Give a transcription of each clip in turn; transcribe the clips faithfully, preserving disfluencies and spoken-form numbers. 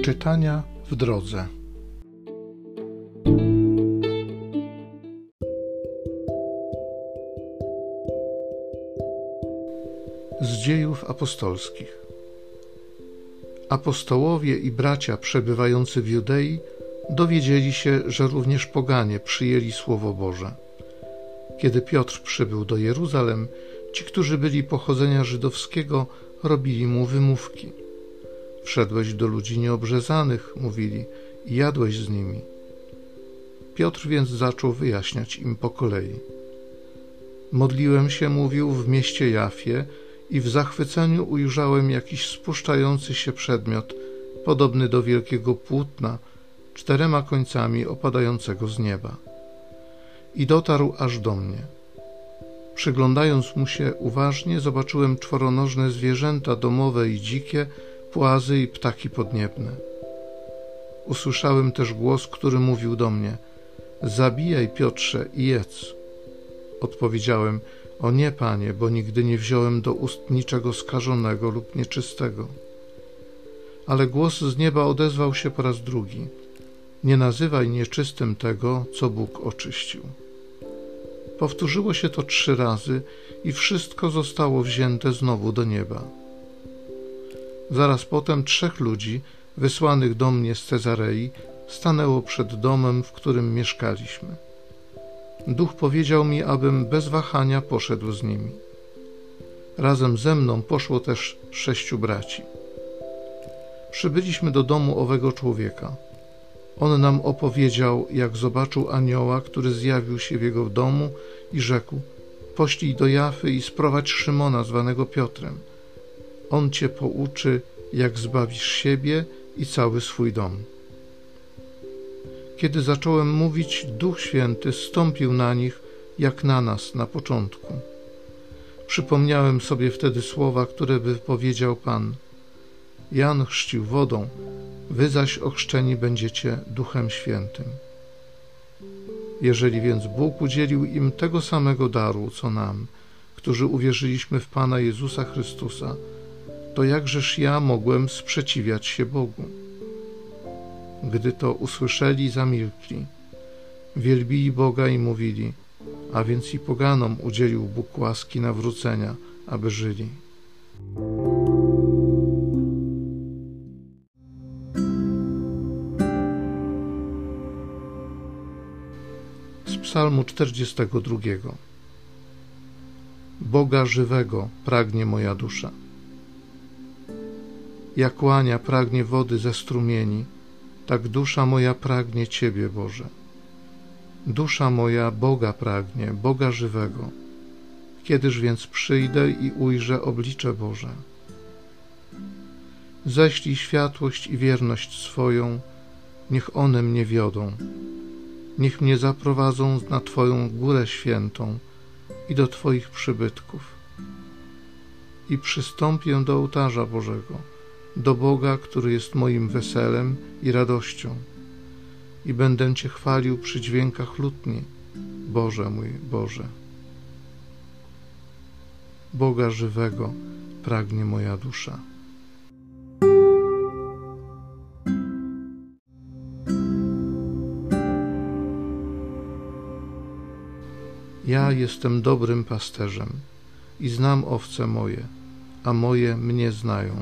Czytania w drodze. Z Dziejów Apostolskich. Apostołowie i bracia przebywający w Judei dowiedzieli się, że również poganie przyjęli Słowo Boże. Kiedy Piotr przybył do Jeruzalem, ci, którzy byli pochodzenia żydowskiego, robili mu wymówki. Wszedłeś do ludzi nieobrzezanych, mówili, i jadłeś z nimi. Piotr więc zaczął wyjaśniać im po kolei. Modliłem się, mówił, w mieście Jafie i w zachwyceniu ujrzałem jakiś spuszczający się przedmiot, podobny do wielkiego płótna, czterema końcami opadającego z nieba. I dotarł aż do mnie. Przyglądając mu się uważnie, zobaczyłem czworonożne zwierzęta domowe i dzikie, płazy i ptaki podniebne. Usłyszałem też głos, który mówił do mnie: zabijaj, Piotrze, i jedz. Odpowiedziałem: o nie, Panie, bo nigdy nie wziąłem do ust niczego skażonego lub nieczystego. Ale głos z nieba odezwał się po raz drugi: nie nazywaj nieczystym tego, co Bóg oczyścił. Powtórzyło się to trzy razy i wszystko zostało wzięte znowu do nieba. Zaraz potem trzech ludzi, wysłanych do mnie z Cezarei, stanęło przed domem, w którym mieszkaliśmy. Duch powiedział mi, abym bez wahania poszedł z nimi. Razem ze mną poszło też sześciu braci. Przybyliśmy do domu owego człowieka. On nam opowiedział, jak zobaczył anioła, który zjawił się w jego domu i rzekł: poślij do Jafy i sprowadź Szymona, zwanego Piotrem. On cię pouczy, jak zbawisz siebie i cały swój dom. Kiedy zacząłem mówić, Duch Święty zstąpił na nich, jak na nas na początku. Przypomniałem sobie wtedy słowa, które wypowiedział Pan: Jan chrzcił wodą, wy zaś ochrzczeni będziecie Duchem Świętym. Jeżeli więc Bóg udzielił im tego samego daru, co nam, którzy uwierzyliśmy w Pana Jezusa Chrystusa, to jakżeż ja mogłem sprzeciwiać się Bogu? Gdy to usłyszeli, zamilkli. Wielbili Boga i mówili: a więc i poganom udzielił Bóg łaski nawrócenia, aby żyli. Z Psalmu czterdziestego drugiego. Boga żywego pragnie moja dusza. Jak łania pragnie wody ze strumieni, tak dusza moja pragnie Ciebie, Boże. Dusza moja Boga pragnie, Boga żywego. Kiedyż więc przyjdę i ujrzę oblicze Boże? Ześlij światłość i wierność swoją, niech one mnie wiodą. Niech mnie zaprowadzą na Twoją górę świętą i do Twoich przybytków. I przystąpię do ołtarza Bożego, do Boga, który jest moim weselem i radością, i będę Cię chwalił przy dźwiękach lutni, Boże mój Boże. Boga żywego pragnie moja dusza. Ja jestem dobrym pasterzem i znam owce moje, a moje mnie znają.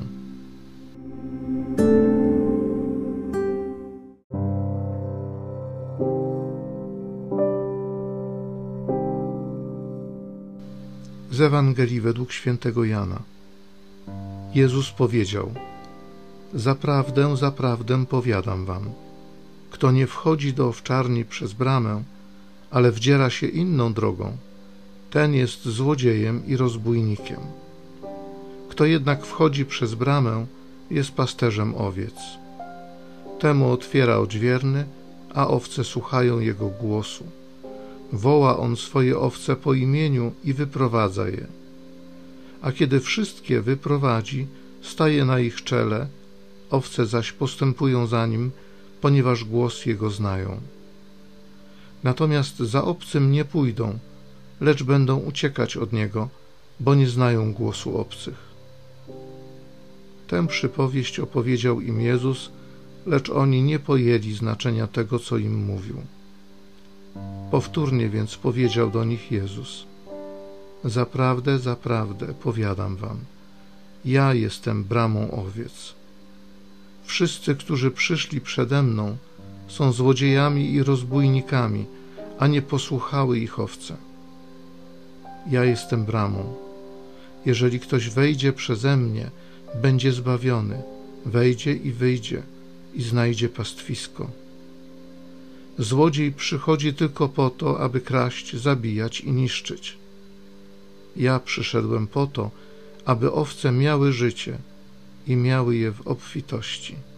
Z Ewangelii według świętego Jana. Jezus powiedział: zaprawdę, zaprawdę powiadam wam, kto nie wchodzi do owczarni przez bramę, ale wdziera się inną drogą, ten jest złodziejem i rozbójnikiem. Kto jednak wchodzi przez bramę, jest pasterzem owiec. Temu otwiera odźwierny, a owce słuchają jego głosu. Woła on swoje owce po imieniu i wyprowadza je. A kiedy wszystkie wyprowadzi, staje na ich czele, owce zaś postępują za nim, ponieważ głos jego znają. Natomiast za obcym nie pójdą, lecz będą uciekać od niego, bo nie znają głosu obcych. Tę przypowieść opowiedział im Jezus, lecz oni nie pojęli znaczenia tego, co im mówił. Powtórnie więc powiedział do nich Jezus: Zaprawdę, zaprawdę, powiadam wam, ja jestem bramą owiec. Wszyscy, którzy przyszli przede mną, są złodziejami i rozbójnikami, a nie posłuchały ich owce. Ja jestem bramą. Jeżeli ktoś wejdzie przeze mnie, będzie zbawiony, wejdzie i wyjdzie i znajdzie pastwisko. Złodziej przychodzi tylko po to, aby kraść, zabijać i niszczyć. Ja przyszedłem po to, aby owce miały życie i miały je w obfitości.